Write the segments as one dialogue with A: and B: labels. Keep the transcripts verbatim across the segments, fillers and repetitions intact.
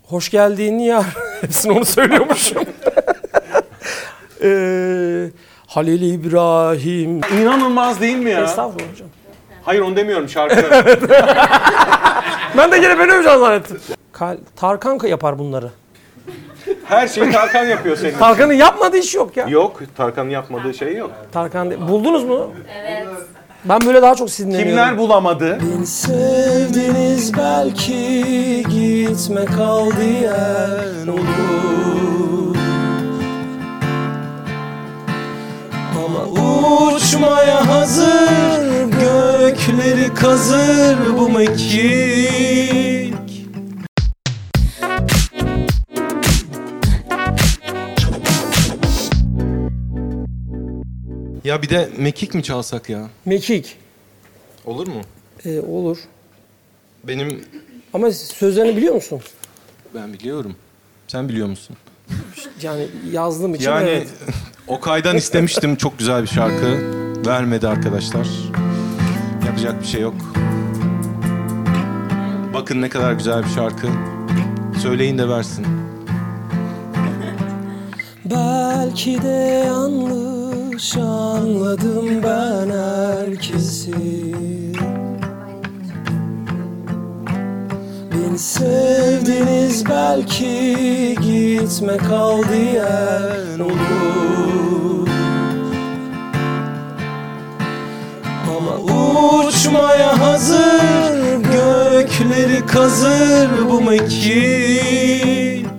A: Hoş geldin yar. Hepsini onu söylüyormuşum. ee, Halil İbrahim.
B: İnanılmaz değil mi ya?
A: Estağfurullah hocam.
B: Hayır onu demiyorum şarkı.
A: Ben de gene beni hocam zannettim. Kal- Tarkan yapar bunları.
B: Her şeyi Tarkan yapıyor senin.
A: Tarkan'ın yapmadığı iş yok ya.
B: Yok, Tarkan'ın yapmadığı şey yok.
A: Tarkan de- buldunuz mu? Evet. Ben böyle daha çok sinirleniyorum.
B: Kimler bulamadı?
A: Beni sevdiniz belki gitme kal diyen olur. Ama uçmaya hazır gökleri kazır bu mekik.
C: Ya bir de mekik mi çalsak ya?
A: Mekik.
C: Olur mu?
A: Ee, olur.
C: Benim...
A: Ama sözlerini biliyor musun?
C: Ben biliyorum. Sen biliyor musun?
A: Yani yazdığım için
C: Yani
A: evet.
C: Okay'dan istemiştim çok güzel bir şarkı. Vermedi arkadaşlar. Yapacak bir şey yok. Bakın ne kadar güzel bir şarkı. Söyleyin de versin.
A: Belki de yanlış anladım ben herkesi. Beni sevdiniz belki gitme kal diyen olur. Ama uçmaya hazır gökleri kazır bu mekik.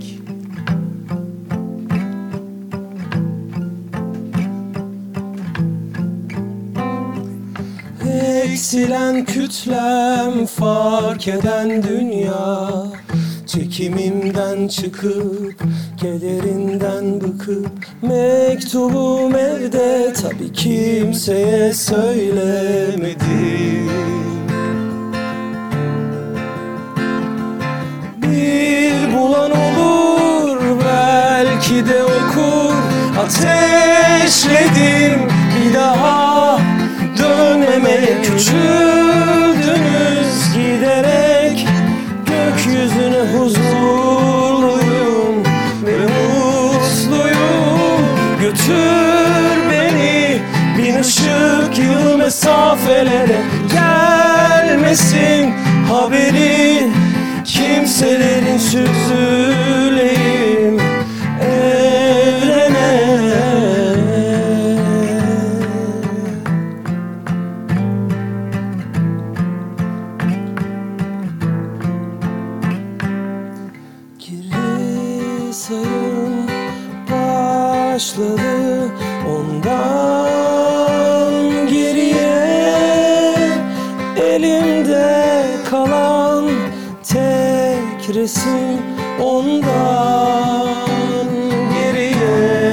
A: Eksilen kütlem fark eden dünya. Çekimimden çıkıp kederinden bıkıp mektubum evde tabii kimseye söylemedim. Bir bulan olur belki de okur. Ateşledim bir daha dönmemeye küçüldünüz giderek. Gökyüzüne huzurluyum ve mutluyum. Götür beni bin ışık yıl mesafelere. Gelmesin haberi kimselerin süzüleyim evrene. Geri sayım başladı ondan geriye. Elimde kalan tek resim ondan geriye.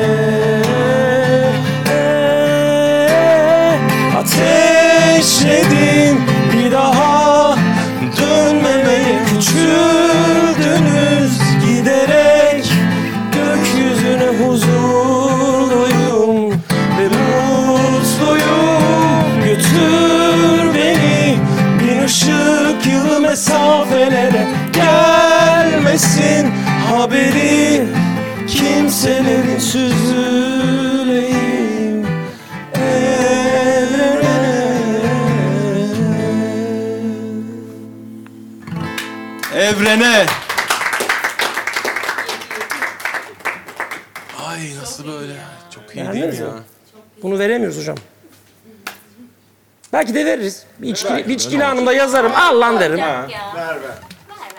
A: Ateşledim bir daha dönmemeye küçüldünüz giderek. Gökyüzüne huzurluyum ve mutluyum. Götür beni bin ışık yılı mesafelere. Gelmesin haberi kimselerin süzüleyim evrene.
C: Evrene! Ay nasıl böyle? Çok iyi değil mi
A: Beğendiniz
C: ya?
A: mi? Bunu veremiyoruz hocam. Belki de veririz. Bir içkili, bir içkili anımda yazarım. Al lan derim.
B: Ha.
D: Ver ver. Ver ver.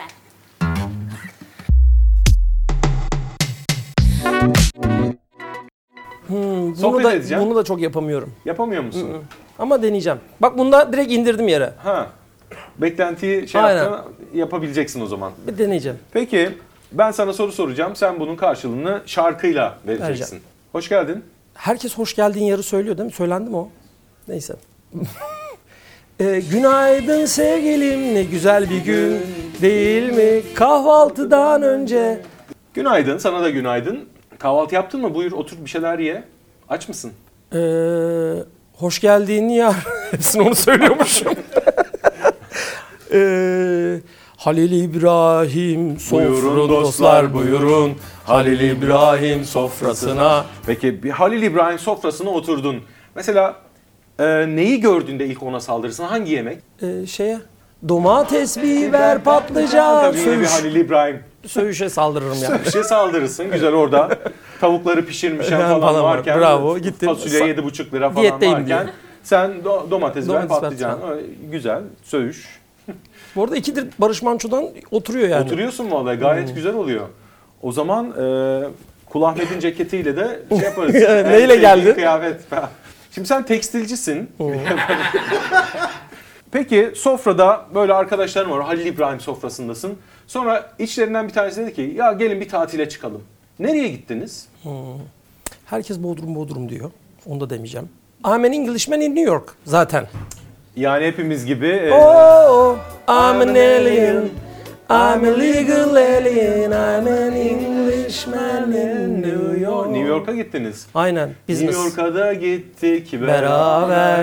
A: Hmm, bunu
B: Sohbet
A: da
B: edeceğim.
A: bunu da çok yapamıyorum.
B: Yapamıyor musun?
A: Ama deneyeceğim. Bak bunu da direkt indirdim yere.
B: Ha. Beklentiyi şey
A: Aynen.
B: yaptın, yapabileceksin o zaman.
A: Bir deneyeceğim.
B: Peki ben sana soru soracağım. Sen bunun karşılığını şarkıyla vereceksin.
A: Vereceğim.
B: Hoş geldin.
A: Herkes hoş geldin yarı söylüyor değil mi? Söylendi mi o? Neyse. Ee, günaydın sevgilim, ne güzel bir gün değil mi? Kahvaltıdan önce.
B: Günaydın, sana da günaydın. Kahvaltı yaptın mı? Buyur otur bir şeyler ye. Aç mısın?
A: Ee, hoş geldin yar. Hepsini onu söylüyormuşum. ee, Halil İbrahim sofrun
B: Buyurun
A: dostlar buyurun. Halil İbrahim sofrasına.
B: Peki bir Halil İbrahim sofrasına oturdun. Mesela e, neyi gördüğünde ilk ona saldırırsın? Hangi yemek?
A: Ee, şeye domates, biber, patlıcan,
B: Tabii yine bir
A: söğüş.
B: Halil İbrahim.
A: Söğüşe saldırırım yani.
B: Bir şey saldırırsın. Güzel orada. Tavukları pişirmişen
A: Falan
B: falan,
A: var.
B: varken.
A: Bravo, gittim.
B: Fasulye
A: Sa-
B: yedi buçuk lira falan
A: Diyetteyim
B: varken.
A: diyor.
B: Sen do- domates, ver,
A: Domates,
B: patlıcan. Öyle güzel. Söğüş.
A: Bu arada ikidir Barış Manço'dan oturuyor yani.
B: Oturuyorsun vallahi gayet güzel oluyor. O zaman e, Kul Ahmet'in ceketiyle de şey yaparız.
A: Yani
B: En
A: neyle
B: sevdiğin
A: geldin?
B: Kıyafet. Şimdi sen tekstilcisin. Peki sofrada böyle arkadaşların var. Halil İbrahim sofrasındasın. Sonra içlerinden bir tanesi dedi ki ya gelin bir tatile çıkalım. Nereye gittiniz?
A: Herkes Bodrum Bodrum diyor. Onu da demeyeceğim. I'm an Englishman in New York zaten.
B: Yani hepimiz gibi. e,
A: Oh, I'm an alien. I'm a legal alien. I'm an Englishman in New York.
B: New York'a gittiniz.
A: Aynen. Business.
B: New York'a da gittik beraber.
A: Beraber.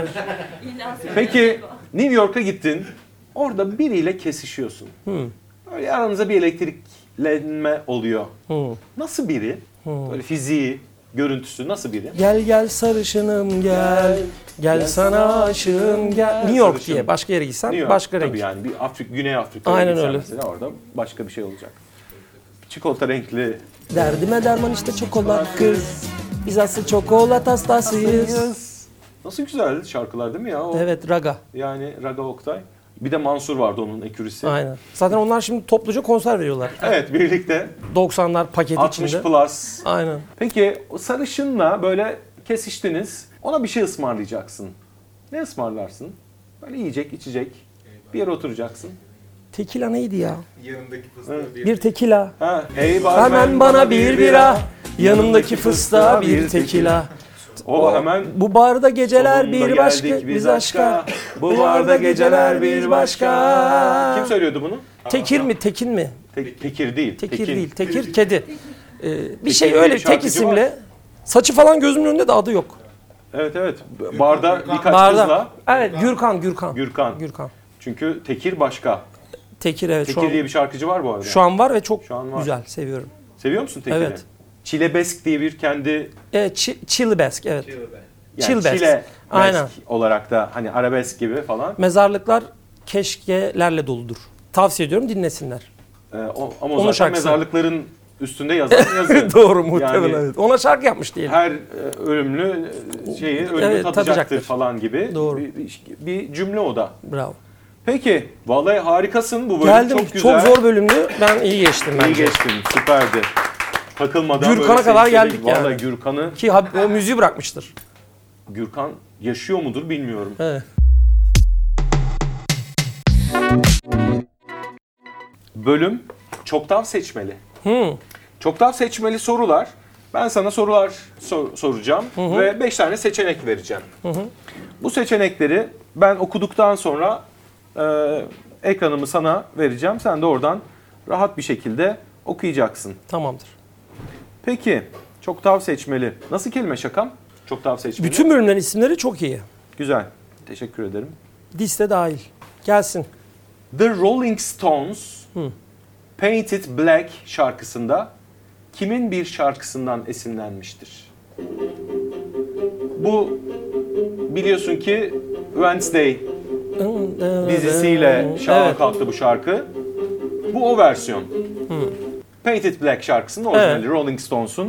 B: Peki New York'a gittin. Orada biriyle kesişiyorsun. Böyle aranıza bir elektriklenme oluyor.
A: Hı.
B: Nasıl biri? Böyle fiziği, görüntüsü nasıl biri?
A: Gel gel sarışınım gel. Gel sana aşığım gel. New York
B: Sarışın.
A: diye başka yere gitsen
B: New York,
A: başka
B: tabii
A: renk.
B: yani bir Afrik, Güney Afrika'ya
A: Aynen
B: gitsen
A: öyle.
B: mesela orada başka bir şey olacak. Çikolata renkli.
A: Derdime derman işte çokolat kız. Biz asıl çokolat hastasıyız.
B: Nasıl güzel şarkılar değil mi ya? O,
A: Evet raga.
B: Yani Raga Oktay. Bir de Mansur vardı onun ekürisi.
A: Aynen. Zaten onlar şimdi topluca konser veriyorlar.
B: Evet birlikte.
A: doksanlar paket
B: altmış
A: içinde.
B: plus.
A: Aynen.
B: Peki o sarışınla böyle kesiştiniz. Ona bir şey ısmarlayacaksın. Ne ısmarlarsın? Böyle yiyecek, içecek. Bir yere oturacaksın.
A: Tekila neydi ya?
D: Yanındaki fıstığı bir
A: Bir tekila.
B: Ha, hey barmen,
A: Hemen bana bir bira. Yanımdaki fıstığa bir tekila.
B: O hemen
A: Bu barda geceler
B: sonunda
A: bir başka,
B: geldik
A: biz aşka.
B: Bu barda geceler bir başka. Kim söylüyordu bunu?
A: Tekir mi, Tekin mi?
B: Te- tekir değil.
A: Tekir
B: Tekin.
A: değil, Tekir kedi. Ee, bir
B: Tekir
A: şey
B: diye
A: öyle
B: bir
A: tek
B: şarkıcı
A: isimle.
B: var.
A: Saçı falan gözümün önünde de adı yok.
B: Evet evet. Barda birkaç
A: Barda.
B: kızla.
A: Evet, Gürkan, Gürkan.
B: Gürkan.
A: Gürkan.
B: Çünkü Tekir başka.
A: Tekir evet şu
B: Tekir
A: an,
B: diye bir şarkıcı var bu arada.
A: şu an var ve çok
B: Şu an var.
A: güzel, seviyorum.
B: Seviyor musun Tekir'i?
A: Evet.
B: Çilebesk diye bir kendi
A: Evet, Ç- Chilibesk evet.
B: yani
A: Chilbesk.
B: Çile
A: Aynen.
B: olarak da hani arabesk gibi falan.
A: Mezarlıklar keşkelerle doludur. Tavsiye ediyorum dinlesinler.
B: Ee, o, ama o
A: Onun
B: zaten
A: şarkısı.
B: mezarlıkların üstünde yazan yazı.
A: Doğru muhtemelen
B: Yani
A: evet. Ona şarkı yapmış diyelim.
B: her e, ölümlü e, şeyi ölümü
A: Evet,
B: tadacaktır
A: tadacaktır.
B: falan gibi
A: Doğru.
B: Bir, bir, bir cümle o da.
A: Bravo.
B: Peki vallahi harikasın bu bölüm
A: Geldim.
B: çok güzel.
A: Çok zor bölümdü. Ben iyi geçtim
B: İyi
A: bence.
B: geçtin süperdi. Takılmadan
A: Gürkan'a
B: böyle
A: kadar
B: sevgili-
A: geldik yani.
B: Vallahi Gürkan'ı
A: Ki hab- o müziği bırakmıştır.
B: Gürkan yaşıyor mudur bilmiyorum.
A: Evet.
B: Bölüm çoktan seçmeli.
A: Hmm.
B: Çoktan seçmeli sorular. Ben sana sorular sor- soracağım ve beş tane seçenek vereceğim. Bu seçenekleri ben okuduktan sonra e, ekranımı sana vereceğim. Sen de oradan rahat bir şekilde okuyacaksın.
A: Tamamdır.
B: Peki, çoktan seçmeli. Nasıl kelime şakam? Çoktan seçmeli.
A: Bütün bölümlerin isimleri çok iyi.
B: Güzel. Teşekkür ederim.
A: Liste dahil. Gelsin.
B: The Rolling Stones Painted Black şarkısında kimin bir şarkısından esinlenmiştir? Bu biliyorsun ki Wednesday dizisiyle şaha
A: Evet.
B: kalktı bu şarkı. Bu o versiyon. Painted Black şarkısının orijinali
A: Evet.
B: Rolling Stones'un.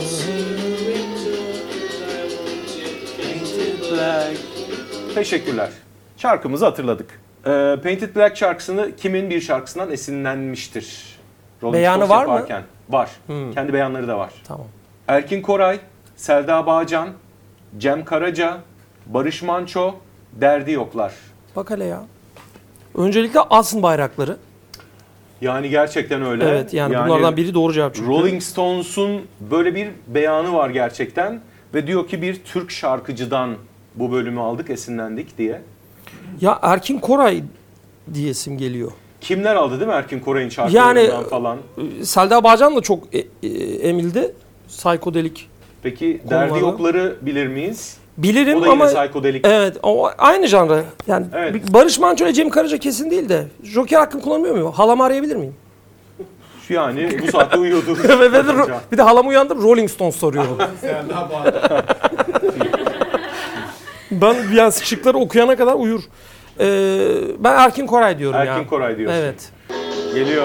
B: Painted Black. Teşekkürler. Şarkımızı hatırladık. Ee, Painted Black şarkısını kimin bir şarkısından esinlenmiştir? Rolling
A: Beyanı
B: Stones
A: var mı?
B: yaparken. Var. Kendi beyanları da var.
A: Tamam.
B: Erkin Koray, Selda Bağcan, Cem Karaca, Barış Manço, Derdi Yoklar.
A: Bak hele ya. Öncelikle asın bayrakları.
B: Yani gerçekten öyle.
A: Evet yani, bunlardan biri doğru cevap çünkü.
B: Rolling Stones'un böyle bir beyanı var gerçekten. Ve diyor ki bir Türk şarkıcıdan bu bölümü aldık, esinlendik diye.
A: Ya Erkin Koray diyesim geliyor.
B: Kimler aldı değil mi Erkin Koray'ın şarkılarından
A: Yani-
B: falan?
A: Selda Bağcan da çok e- e- emildi. Psikodelik.
B: Peki
A: konularda-
B: Derdi Yoklar'ı bilir miyiz?
A: Bilirim
B: O da yine
A: ama
B: psikodelik.
A: evet o aynı janra. Yani
B: Evet.
A: Barış Manço ile Cem Karaca kesin değil de Joker hakkımı kullanmıyor muyum? Halamı arayabilir miyim?
B: Yani bu saatte uyuyordur.
A: Ve de, bir de halamı uyandırıp Rolling Stones soruyorum. Ben yani şıkları okuyana kadar uyur. Ee, ben Erkin Koray diyorum ya.
B: Erkin Koray diyorsun.
A: Evet.
B: Geliyor.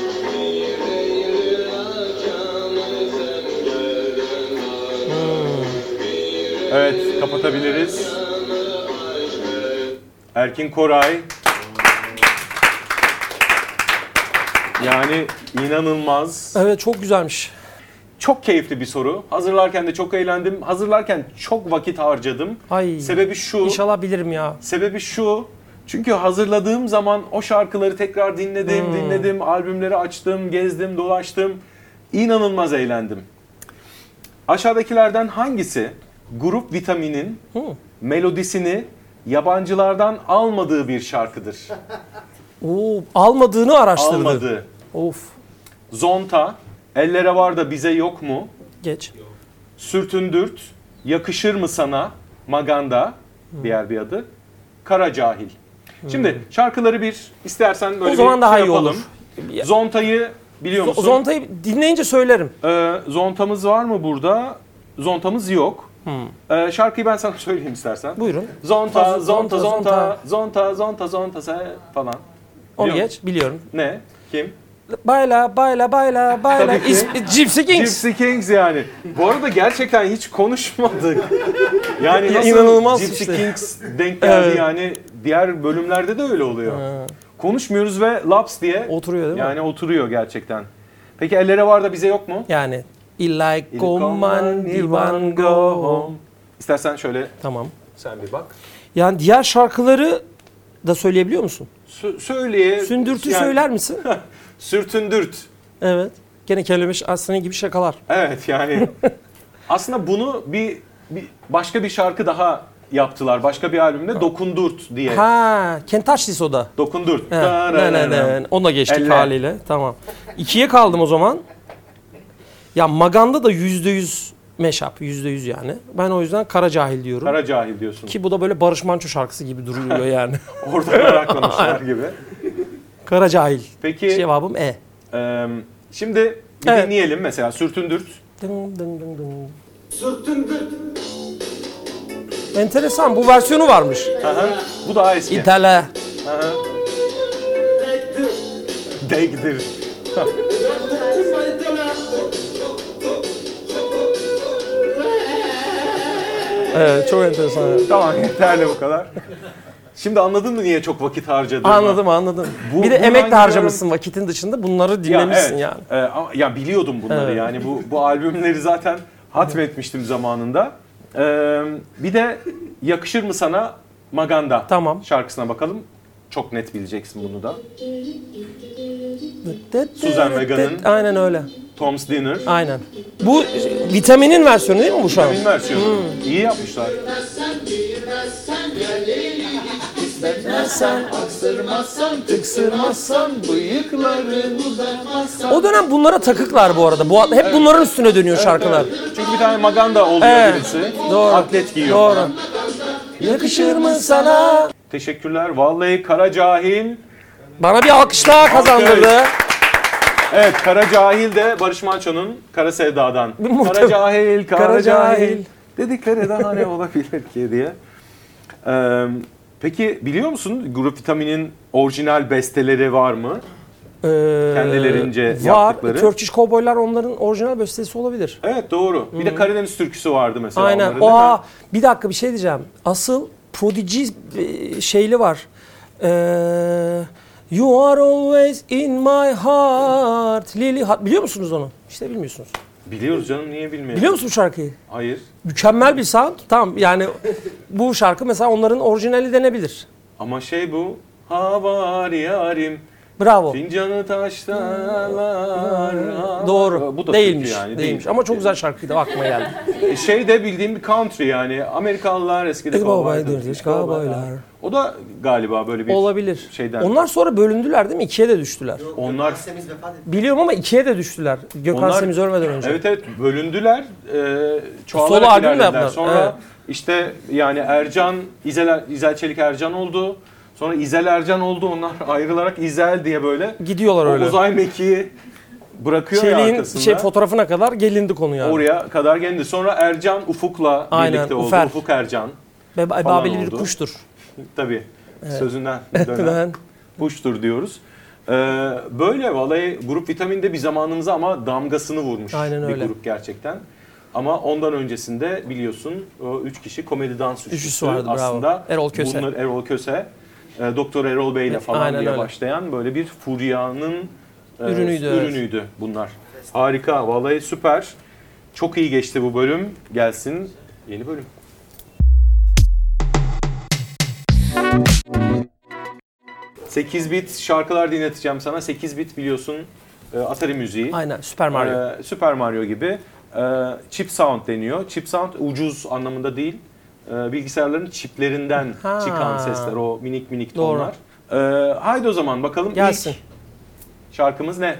B: Evet, kapatabiliriz. Erkin Koray. Yani inanılmaz.
A: Evet çok güzelmiş.
B: Çok keyifli bir soru. Hazırlarken de çok eğlendim. Hazırlarken çok vakit harcadım.
A: Ay.
B: Sebebi şu.
A: İnşallah bilirim ya.
B: Sebebi şu. Çünkü hazırladığım zaman o şarkıları tekrar dinledim,
A: Hmm.
B: dinledim, albümleri açtım, gezdim, dolaştım. İnanılmaz eğlendim. Aşağıdakilerden hangisi Grup Vitamin'in
A: Hı.
B: melodisini yabancılardan almadığı bir şarkıdır?
A: Oo, almadığını araştırdı.
B: Almadığı.
A: Of.
B: Zonta, Ellere Var da Bize Yok Mu?
A: Geç.
B: Sürtündürt, Yakışır Mı Sana? Maganda, diğer bir adı. Kara Cahil. Şimdi şarkıları bir istersen böyle
A: O zaman
B: bir
A: daha
B: şey
A: iyi
B: yapalım.
A: olur.
B: Zonta'yı biliyor musun?
A: Zonta'yı dinleyince söylerim.
B: Ee, zontamız var mı burada? Zontamız yok.
A: Hmm.
B: Ee, şarkıyı ben sana söyleyeyim istersen.
A: Buyurun.
B: Zonta,
A: Zonta,
B: zonta, zonta,
A: zonta.
B: zonta, zonta, zonta, se falan.
A: Onu
B: Biliyor
A: geç. Biliyorum.
B: Ne? Kim?
A: Bayla bayla bayla bayla.
B: Tabii ki.
A: İsmi- Gypsy Kings.
B: Gypsy Kings yani. Bu arada gerçekten hiç konuşmadık. Yani
A: Ya
B: nasıl
A: inanılmaz
B: Gypsy
A: işte.
B: Kings denk geldi
A: Evet.
B: yani diğer bölümlerde de öyle oluyor.
A: Ha,
B: Konuşmuyoruz ve laps diye
A: oturuyor değil mi?
B: yani oturuyor gerçekten. Peki Ellere Var da Bize Yok mu?
A: Yani. İllay
B: Il
A: koman divan go home.
B: İstersen şöyle
A: Tamam.
B: sen bir bak.
A: Yani diğer şarkıları da söyleyebiliyor musun?
B: Sö- söyleye...
A: Sündürtü
B: yani-
A: söyler misin?
B: Sürtündürt.
A: Evet. Gene kelime aslanı gibi şakalar.
B: Evet yani aslında bunu bir, bir başka bir şarkı daha yaptılar. Başka bir albümde Dokundurt diye.
A: Ha, Kentaş o da.
B: Dokundurt.
A: He, ne ne ne. Ona geçtik
B: Elle.
A: haliyle. Tamam. İkiye kaldım o zaman. Ya Maganda da yüzde yüz mashup. Yüzde yüz yani. Ben o yüzden Kara Cahil diyorum.
B: Kara Cahil diyorsun.
A: Ki bu da böyle Barış Manço şarkısı gibi duruyor yani.
B: Orada meraklanmışlar gibi.
A: Kara Cahil.
B: Peki
A: Cevabım E.
B: e, şimdi bir
A: Evet.
B: dinleyelim mesela Sürtündürt.
A: Dın dın dın dın. Enteresan. Bu versiyonu varmış.
B: Aha, bu daha eski.
A: İtala.
B: Aha. Degdir.
A: Evet, çok enteresan.
B: Tamam yeterli bu kadar. Şimdi anladın mı niye çok vakit harcadığımı?
A: Anladım anladım.
B: Bu-
A: bir de
B: buradan
A: emek de
B: gidiyorum.
A: harcamışsın vakitin dışında. Bunları dinlemişsin
B: evet.
A: yani.
B: Ee, ama- ya biliyordum bunları
A: Evet.
B: yani bu bu albümleri zaten hatmetmiştim zamanında. Ee, bir de Yakışır Mı Sana Maganda
A: Tamam.
B: şarkısına bakalım. Çok net bileceksin bunu da. Suzan Vega'nın-
A: Aynen öyle.
B: Tom's Dinner.
A: Aynen. Bu vitaminin versiyonu değil mi bu şu an?
B: Vitamin versiyonu.
A: Hmm.
B: İyi yapmışlar.
A: Sen
B: Aksırmazsan, tıksırmazsan, bıyıkların uzatmazsan.
A: O dönem bunlara takıklar bu arada. Bu hep bunların üstüne dönüyor şarkılar.
B: Çünkü bir tane Maganda oluyor
A: Evet.
B: birisi.
A: Doğru.
B: Atlet giyiyor.
A: Doğru.
B: falan.
A: Yakışır mı sana?
B: Teşekkürler. Vallahi Kara Cahil.
A: Bana bir alkış daha kazandırdı.
B: Evet, Kara Cahil de Barış Manço'nun Kara Sevda'dan.
A: Muhtemelen-
B: Kara Cahil, Kara,
A: Kara
B: Cahil.
A: Cahil.
B: Dedikleri daha ne olabilir ki diye. Ee, peki biliyor musun Grup Vitamin'in orijinal besteleri var mı?
A: Ee,
B: Kendilerince
A: var.
B: yaptıkları.
A: Turkish Cowboy'lar onların orijinal bestesi olabilir.
B: Evet doğru. Bir de Karadeniz türküsü vardı mesela
A: Aynen.
B: onların, değil mi?
A: Aa, bir dakika bir şey diyeceğim. Asıl Prodigy e, şeyli var. Ee, you are always in my heart. Lily Heart. Biliyor musunuz onu? İşte bilmiyorsunuz.
B: Biliyoruz canım niye bilmiyorum.
A: Biliyor musun bu şarkıyı?
B: Hayır.
A: Mükemmel bir sound. Tamam yani bu şarkı mesela onların orijinali denebilir.
B: Ama şey bu. Ha var yarim.
A: Bravo.
B: Fincanı taşlar.
A: Doğru.
B: Bu da
A: değilmiş.
B: Türkü yani.
A: Değilmiş. Ama çok güzel şarkıydı. Aklıma geldi.
B: E, Şey de bildiğim bir country yani. Amerikalılar eskiden
A: Cowboy'dır, cowboylar.
B: O da galiba böyle bir
A: Olabilir.
B: şeyden.
A: Onlar sonra bölündüler değil mi? İkiye de düştüler.
B: Onlar
D: Semiz vefat etti.
A: Biliyorum ama ikiye de düştüler. Gökhan
B: Onlar-
A: Semiz ölmeden önce.
B: Evet evet bölündüler. E,
A: Solo
B: çoğalarak
A: albüm de
B: ilerlediler.
A: yaptılar,
B: Sonra
A: evet.
B: işte yani Ercan, İzel, İzel Çelik Ercan oldu. Sonra İzel Ercan oldu. Onlar ayrılarak İzel diye böyle
A: Gidiyorlar
B: o
A: öyle.
B: uzay mekiği bırakıyor ya
A: Çelik'in
B: arkasında.
A: şey fotoğrafına kadar gelindi konu yani.
B: Oraya kadar geldi. Sonra Ercan Ufuk'la
A: Aynen,
B: birlikte oldu.
A: Ufer.
B: Ufuk Ercan.
A: Be-
B: falan
A: Babeli bir
B: oldu.
A: kuştur.
B: Tabii. Sözünden dönen
A: Ben-
B: kuştur diyoruz. Ee, böyle vallahi Grup Vitamin'de bir zamanımıza ama damgasını vurmuş
A: Aynen
B: bir
A: öyle.
B: grup gerçekten. Ama ondan öncesinde biliyorsun o üç kişi komedi dans üçlüsü
A: Üçlüsü vardı, bravo.
B: aslında.
A: Erol Köse.
B: Bunlar Erol Köse, e, Doktor Erol Bey ile falan
A: Aynen
B: diye
A: öyle.
B: başlayan böyle bir furyanın e,
A: Ürünüydü, evet.
B: ürünüydü bunlar. Harika, vallahi süper. Çok iyi geçti bu bölüm. Gelsin yeni bölüm. sekiz bit şarkılar dinleteceğim sana. sekiz bit biliyorsun e, Atari müziği.
A: Aynen Super Mario.
B: Ee, Super Mario gibi. Ee, chip sound deniyor. Chip sound ucuz anlamında değil. Ee, bilgisayarların çiplerinden
A: Ha.
B: çıkan sesler, o minik minik
A: Doğru.
B: tonlar. Ee, haydi o zaman bakalım
A: Gelsin.
B: ilk şarkımız ne?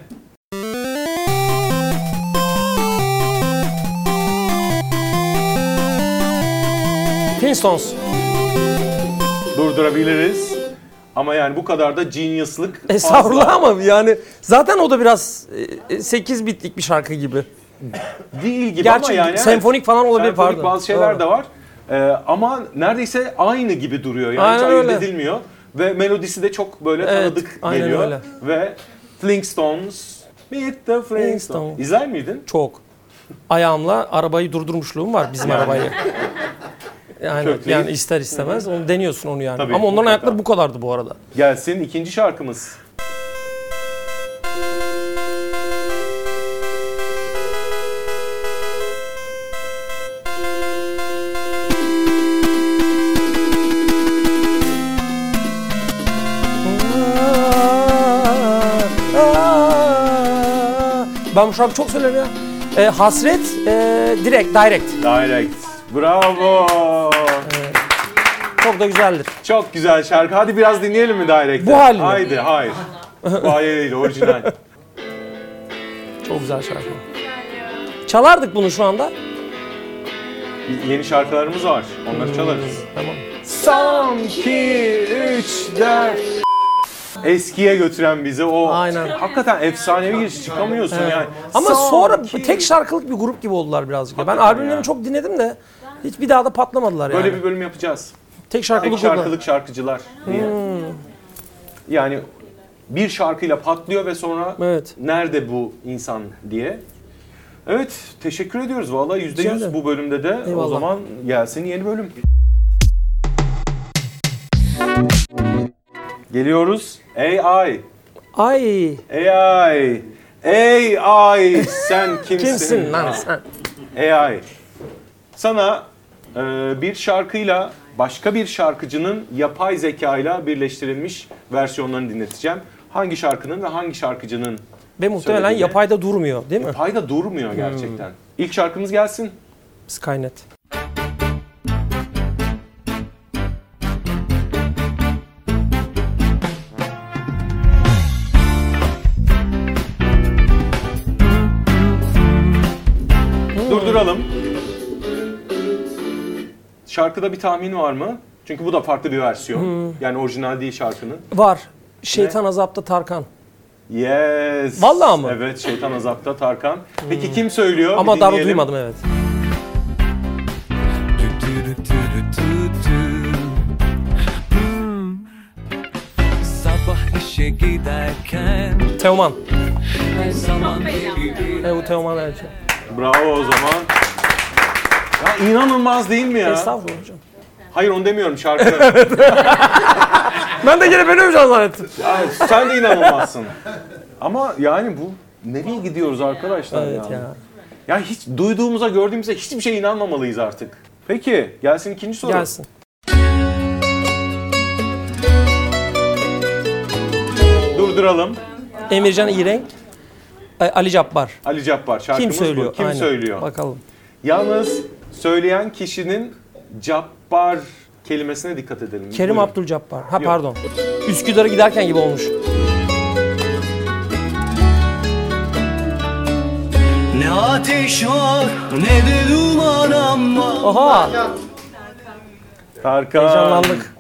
A: Flintstones.
B: Durdurabiliriz. Ama yani bu kadar da genius'lık fazla.
A: Estağfurullah ama yani zaten o da biraz e, sekiz bitlik bir şarkı gibi.
B: Değil gibi
A: Gerçi
B: ama yani evet.
A: senfonik falan olabilir,
B: Senfonik
A: pardon.
B: bazı şeyler
A: Doğru.
B: de var. Ee, ama neredeyse aynı gibi duruyor. Yani hiç
A: Aynen
B: ayırt
A: öyle.
B: edilmiyor. Ve melodisi de çok böyle
A: Evet,
B: tanıdık
A: aynen
B: geliyor.
A: öyle.
B: Ve Flintstones, Meet the Flintstones.
A: Flintstones.
B: İzler miydin?
A: Çok. Ayağımla arabayı durdurmuşluğum var bizim
B: Yani.
A: arabayı. Yani,
B: Kökleyip-
A: yani ister istemez onu deniyorsun onu yani.
B: Tabii,
A: Ama onların
B: mutlaka.
A: ayakları bu kadardı bu arada.
B: Gelsin ikinci şarkımız.
A: Ben bu şarkıyı çok söylerim ya. E, hasret, e, direkt, direct.
B: Direct. Bravo.
A: Çok da güzeldir.
B: Çok güzel şarkı. Hadi biraz dinleyelim mi Direct'i?
A: Bu halini.
B: Haydi, hayır. Bu hali değil, orijinal.
A: Çok güzel şarkı. Çalardık bunu şu anda.
B: Yeni şarkılarımız var. Onları çalarız.
A: Tamam.
B: Son, iki, üç, dört. Eskiye götüren bizi o
A: Aynen.
B: hakikaten efsanevi giriş çıkamıyorsun yani.
A: Ama
B: Son,
A: sonra
B: iki-
A: tek şarkılık bir grup gibi oldular birazcık. ya. Ben
B: Hakikaten
A: albümlerini
B: ya.
A: çok dinledim de hiç bir daha da patlamadılar yani.
B: Böyle bir bölüm yapacağız.
A: Tek şarkılık
B: Tek
A: gruplar.
B: şarkılık şarkıcılar diye. Yani bir şarkıyla patlıyor ve sonra
A: Evet.
B: nerede bu insan diye. Evet, teşekkür ediyoruz. Vallahi yüzde
A: Rica
B: yüz
A: ederim.
B: bu bölümde de. O
A: Eyvallah.
B: zaman gelsin yeni bölüm. Geliyoruz. A I.
A: Ay
B: A I. A I. Sen kimsin?
A: kimsin lan sen?
B: A I. Sana e, bir şarkıyla başka bir şarkıcının yapay zekayla birleştirilmiş versiyonlarını dinleteceğim. Hangi şarkının ve hangi şarkıcının
A: Ve muhtemelen
B: söylediğini-
A: yapayda durmuyor değil mi?
B: Payda durmuyor gerçekten. İlk şarkımız gelsin.
A: Skynet.
B: Durduralım. Şarkıda bir tahmin var mı? Çünkü bu da farklı bir versiyon. Yani orijinal değil şarkının.
A: Var. Şeytan Azap'ta Tarkan.
B: Yes.
A: Vallahi mı?
B: Evet, Şeytan Azap'ta Tarkan. Peki kim söylüyor?
A: Ama
B: Bir
A: daha
B: dinleyelim.
A: duymadım evet.
E: Sabah işe giderken
A: Teoman.
E: her zaman gibi
A: Evet bu Teoman evet.
B: Bravo o zaman. Ya inanılmaz değil mi ya?
A: Estağfurullah hocam.
B: Hayır onu demiyorum şarkı.
A: Ben de yine beni öveceğim zannettim.
B: Yani sen de inanılmazsın. Ama yani bu nereye gidiyoruz arkadaşlar
A: Evet
B: ya?
A: ya.
B: Ya hiç duyduğumuza, gördüğümüze hiçbir şeye inanmamalıyız artık. Peki, gelsin ikinci soru.
A: Gelsin.
B: Durduralım.
A: Emircan İrenk. Ay, Ali Cabbar.
B: Ali Cabbar şarkımız
A: Kim söylüyor?
B: bu. Kim
A: Aynen.
B: söylüyor?
A: Bakalım.
B: Yalnız söyleyen kişinin Cabbar kelimesine dikkat edelim.
A: Kerim
B: Buyurun.
A: Abdülcabbar. Ha
B: Yok.
A: pardon. Üsküdar'a giderken gibi olmuş.
D: Ne ateş var ne de duman ama.
A: Oha!
B: Tarkan.
A: Heyecanlandık.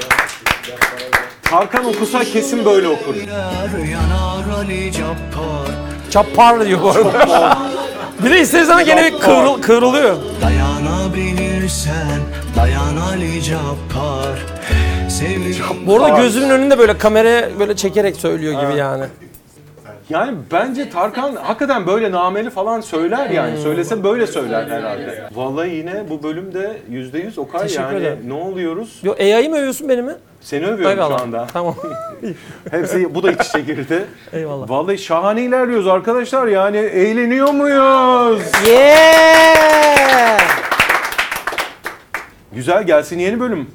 B: Tarkan okusa kesin böyle okur.
D: Yanar Ali Cabbar.
A: Çappar diyor bu arada. Bir de ister zaman gene bir kıvrıl, kıvrılıyor.
D: Dayanabilirsen dayan Ali Cabbar. Sevgilim.
A: Bu arada gözünün önünde böyle kameraya böyle çekerek söylüyor gibi yani.
B: Yani bence Tarkan hakikaten böyle nameli falan söyler
A: Hmm.
B: yani. Söylese böyle söyler herhalde. Vallahi yine bu bölümde yüzde yüz Okay
A: Teşekkür
B: yani.
A: ederim.
B: Ne oluyoruz?
A: Yo A I'yi mi övüyorsun beni mi?
B: Seni övüyorum
A: Eyvallah.
B: şu anda.
A: Tamam.
B: Hepsi bu da iç içe girdi.
A: Eyvallah.
B: Vallahi şahane ilerliyoruz arkadaşlar. Yani eğleniyor muyuz?
A: Yeah!
B: Güzel, gelsin yeni bölüm.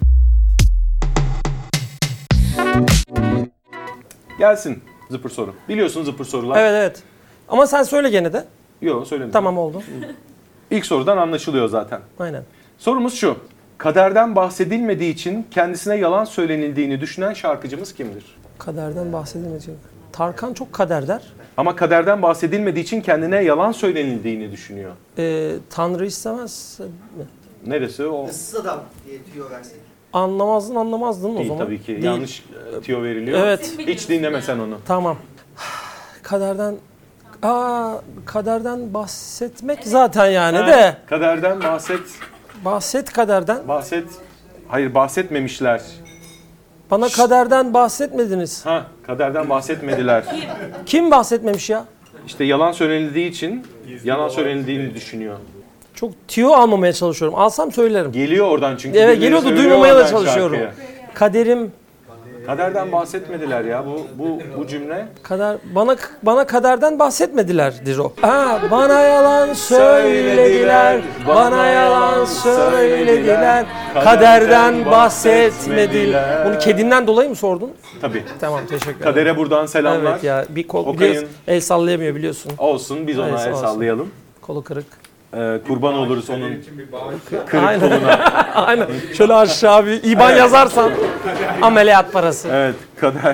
B: Gelsin zıpır soru. Biliyorsun zıpır sorular.
A: Evet evet. Ama sen söyle gene de.
B: Yok söylemedim.
A: Tamam oldu.
B: İlk sorudan anlaşılıyor zaten.
A: Aynen.
B: Sorumuz şu. Kaderden bahsedilmediği için kendisine yalan söylenildiğini düşünen şarkıcımız kimdir?
A: Kaderden bahsedilmeyecek. Tarkan çok kader der.
B: Ama kaderden bahsedilmediği için kendine yalan söylenildiğini düşünüyor.
A: Ee, Tanrı istemez mi?
B: Neresi o?
F: Issız adam diye tüyo versek.
A: Anlamazdın anlamazdın o
B: Değil
A: zaman.
B: tabii ki.
A: Değil.
B: Yanlış e, tüyo veriliyor.
A: Evet.
B: Hiç dinleme sen onu.
A: Tamam. Kaderden Aa, kaderden bahsetmek zaten yani
B: Ha,
A: de.
B: Kaderden bahset.
A: Bahset kaderden.
B: Bahset. Hayır bahsetmemişler.
A: Bana kaderden bahsetmediniz.
B: Ha, kaderden bahsetmediler.
A: Kim bahsetmemiş ya?
B: İşte yalan söylenildiği için yalan söylenildiğini düşünüyor.
A: Çok tüyo almamaya çalışıyorum. Alsam söylerim.
B: Geliyor oradan çünkü.
A: Evet
B: birileri
A: geliyordu
B: söylüyor
A: duymamaya da
B: oradan
A: çalışıyorum.
B: şarkıyı.
A: Kaderim
B: Kaderden bahsetmediler ya bu bu bu cümle.
A: kader bana bana kaderden bahsetmedilerdir o. Ha, bana yalan söylediler. Bana yalan söylediler. Kaderden bahsetmediler. Bunu kedinden dolayı mı sordun?
B: Tabii.
A: Tamam teşekkür ederim.
B: Kadere buradan selamlar.
A: Evet ya bir kol
B: Okay'ın-
A: biliyorsun, el sallayamıyor biliyorsun.
B: Olsun biz ona
A: Evet,
B: el
A: olsun.
B: sallayalım.
A: Kolu kırık.
B: Ee, kurban oluruz onun.
A: Aynen. Aynen. Şöyle aşağı bir İban yazarsan ameliyat parası.
B: Evet kader.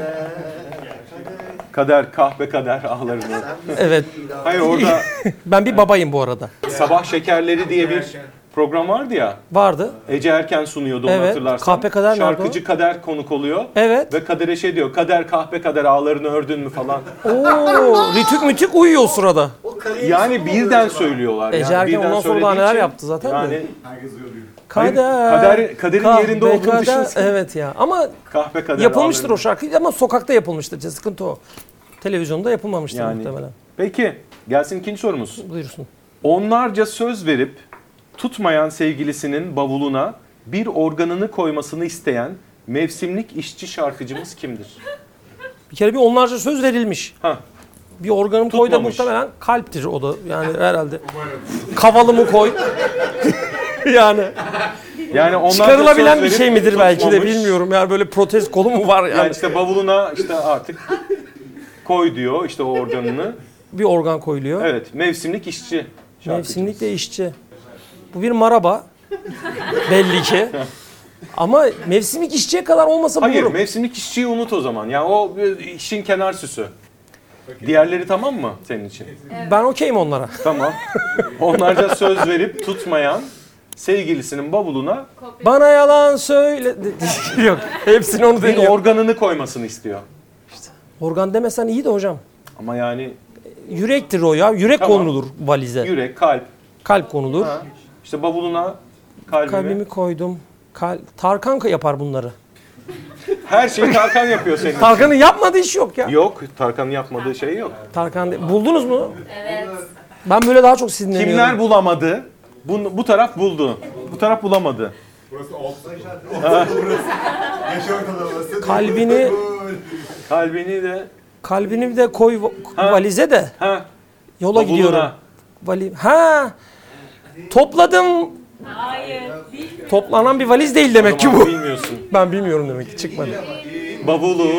B: Kader kahpe kader ağlarını.
A: Evet.
B: Hayır orada
A: Ben bir babayım bu arada.
B: Sabah Şekerleri diye bir program vardı ya.
A: Vardı.
B: Ece Erken sunuyordu onu
A: Evet,
B: hatırlarsan.
A: Kahpe Kader nerede
B: Şarkıcı Kader konuk oluyor.
A: Evet.
B: Ve Kader'e şey diyor. Kader kahpe kader ağlarını ördün mü falan.
A: Oo, ritük mütük uyuyor o sırada.
B: Yani birden söylüyorlar.
A: Ece
B: yani.
A: Erken
B: Birden
A: ondan sonra daha
B: söylediği
A: neler
B: için
A: yaptı zaten de.
B: Yani
A: Kader.
B: kader- kaderin
A: kahpe
B: yerinde olduğunu
A: kader.
B: düşünsene.
A: Evet ya. Ama
B: kahpe kader
A: yapılmıştır
B: ağlarını.
A: o şarkı ama sokakta yapılmıştır. İşte sıkıntı o. Televizyonda yapılmamıştır
B: Yani.
A: muhtemelen.
B: Peki gelsin ikinci sorumuz.
A: Buyursun.
B: Onlarca söz verip tutmayan sevgilisinin bavuluna bir organını koymasını isteyen mevsimlik işçi şarkıcımız kimdir?
A: Bir kere bir onlarca söz verilmiş.
B: Ha,
A: Bir organım koy da
B: Tutmamış.
A: muhtemelen kalptir o da yani herhalde. Kavalımı koy. yani
B: yani onlarca
A: çıkarılabilen
B: söz
A: bir
B: verip
A: şey midir belki de
B: tutmamış.
A: bilmiyorum. Yani böyle protez kolu mu var yani?
B: Yani işte bavuluna işte artık koy diyor işte o organını.
A: Bir organ koyuluyor.
B: Evet, mevsimlik işçi şarkıcımız.
A: Mevsimlik de işçi. Bu bir maraba. Belli ki. Ama mevsimlik işçiye kadar olmasa
B: Hayır,
A: bulurum.
B: mevsimlik işçiyi unut o zaman. Yani o işin kenar süsü. Diğerleri tamam mı senin için?
A: Ben okeyim onlara.
B: Tamam. Onlarca söz verip tutmayan sevgilisinin bavuluna
A: Bana yalan söyle. Yok. Hepsini onu
B: bir
A: deniyor.
B: organını koymasını istiyor.
A: Organ demesen iyi de hocam.
B: Ama yani
A: Yürektir o ya. Yürek
B: Tamam.
A: konulur valize.
B: yürek, kalp,
A: Kalp konulur.
B: ha, işte bavuluna kalbimi.
A: Kalbimi koydum. Kal Tarkan yapar bunları.
B: Her şeyi Tarkan yapıyor senin için.
A: Tarkan'ın yapmadığı iş yok ya.
B: Yok, Tarkan'ın yapmadığı şey yok.
A: Tarkan de- buldunuz mu? Evet. Ben böyle daha çok sinirleniyorum.
B: Kimler bulamadı? Bu, bu taraf buldu. Bu taraf bulamadı.
A: Kalbini
B: Kalbini de
A: kalbini de koy va-
B: Ha.
A: valize de
B: ha
A: yola
B: bavuluna.
A: gidiyorum. Vali ha. Topladım. Toplanan bir valiz değil demek ki
B: Tamam,
A: bu.
B: bilmiyorsun.
A: Ben bilmiyorum demek ki çıkmadı.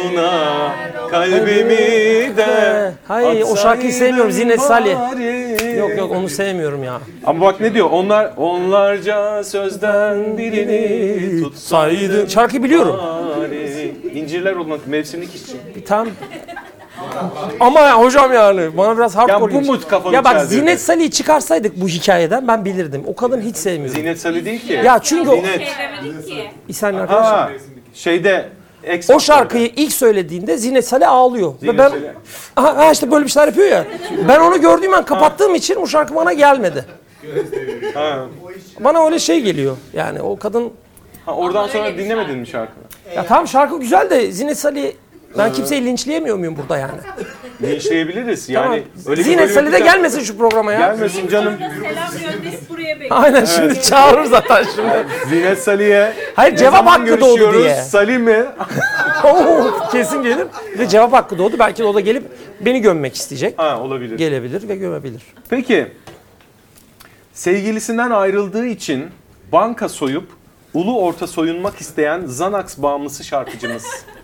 B: Bavuluna kalbimi de
A: Hayır, o şarkıyı sevmiyorum. Zine Salih.
B: bari.
A: Yok yok onu sevmiyorum ya.
B: Ama bak ne diyor? Onlar onlarca sözden birini tutsaydın.
A: Şarkıyı biliyorum.
B: bari. İncirler olan mevsimlik işçi.
A: Bir tam ama ya hocam yani bana biraz hardcore
B: Ya bu
A: gibi.
B: mu kafanı
A: Ya bak
B: çeldirdi?
A: Zinet Salih'i çıkarsaydık bu hikayeden ben bilirdim. O kadın hiç sevmiyorum.
B: Zinet Salih değil ki.
A: Ya çünkü o,
B: Zinet.
E: Demedik ki.
A: İhsan arkadaşım.
B: Ha, şeyde X
A: O şarkıyı ilk söylediğinde Zinet Salih ağlıyor.
B: Zinet
A: Ve ben
B: Salih.
A: ha, ha işte böyle bir şeyler yapıyor ya. Ben onu gördüğüm an kapattığım için bu şarkı bana gelmedi.
B: Ha.
A: Bana öyle şey geliyor. Yani o kadın
B: Ha, oradan
E: Ama
B: sonra
E: öyle bir
B: dinlemedin
E: şarkı.
B: mi şarkıyı?
A: ya tamam şarkı güzel de Zinet Salih ben kimseyi linçleyemiyor muyum burada yani?
B: Linçleyebiliriz. Yani
A: Tamam.
B: öyle bir
A: Zinet
B: bölüm
A: Salih de
B: yapacak-
A: gelmesin şu programa ya.
B: Gelmesin canım.
E: Selam gönderip buraya bekliyor.
A: Aynen şimdi çağırır zaten şimdi.
B: Zinet Salih'e
A: Hayır
B: ne
A: cevap
B: zaman
A: hakkı doğdu
B: görüşüyoruz?
A: diye.
B: Salih mi?
A: Oo, kesin gelir. Bir de cevap hakkı doğdu. Belki de o da gelip beni gömmek isteyecek.
B: Ha, olabilir.
A: Gelebilir ve gömebilir.
B: Peki, sevgilisinden ayrıldığı için banka soyup ulu orta soyunmak isteyen Xanax bağımlısı şarkıcımız.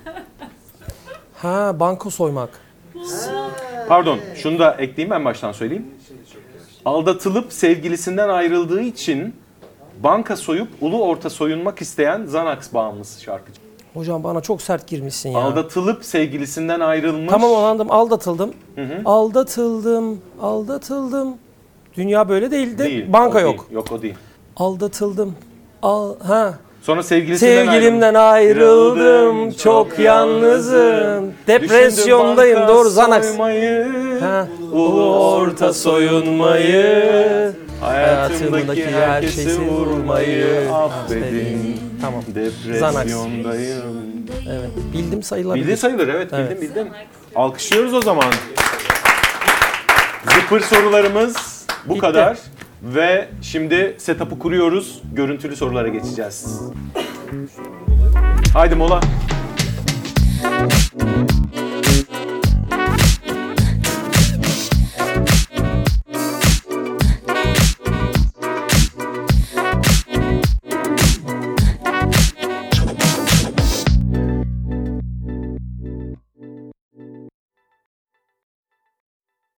A: Ha banko soymak.
B: Pardon, şunu da ekleyeyim, en baştan söyleyeyim. Aldatılıp sevgilisinden ayrıldığı için banka soyup ulu orta soyunmak isteyen Xanax bağımlısı şarkıcı.
A: Hocam bana çok sert girmişsin ya.
B: Aldatılıp sevgilisinden ayrılmış.
A: Tamam anladım. Aldatıldım. Aldatıldım. Aldatıldım. Dünya böyle değildi.
B: Değil.
A: Banka
B: o
A: yok.
B: Değil. Yok o değil.
A: Aldatıldım. Al ha.
B: Sonra sevgilisinden
A: Sevgilimden ayrıldım. Çok yalnızım. Depresyondayım.
B: Banka
A: Doğru Xanax.
B: soymayı,
A: Ha.
B: ulu orta soyunmayı,
A: Hayatımdaki
B: hayatımdaki herkesi vurmayı affedin.
A: Tamam.
B: Depresyondayım.
A: Evet. Bildim sayılabilir.
B: Bildin sayılır, evet,
A: Evet.
B: bildim bildim. Alkışlıyoruz o zaman. Zıpır sorularımız bu
A: Bitti.
B: kadar. Ve şimdi setup'ı kuruyoruz. Görüntülü sorulara geçeceğiz. Haydi mola.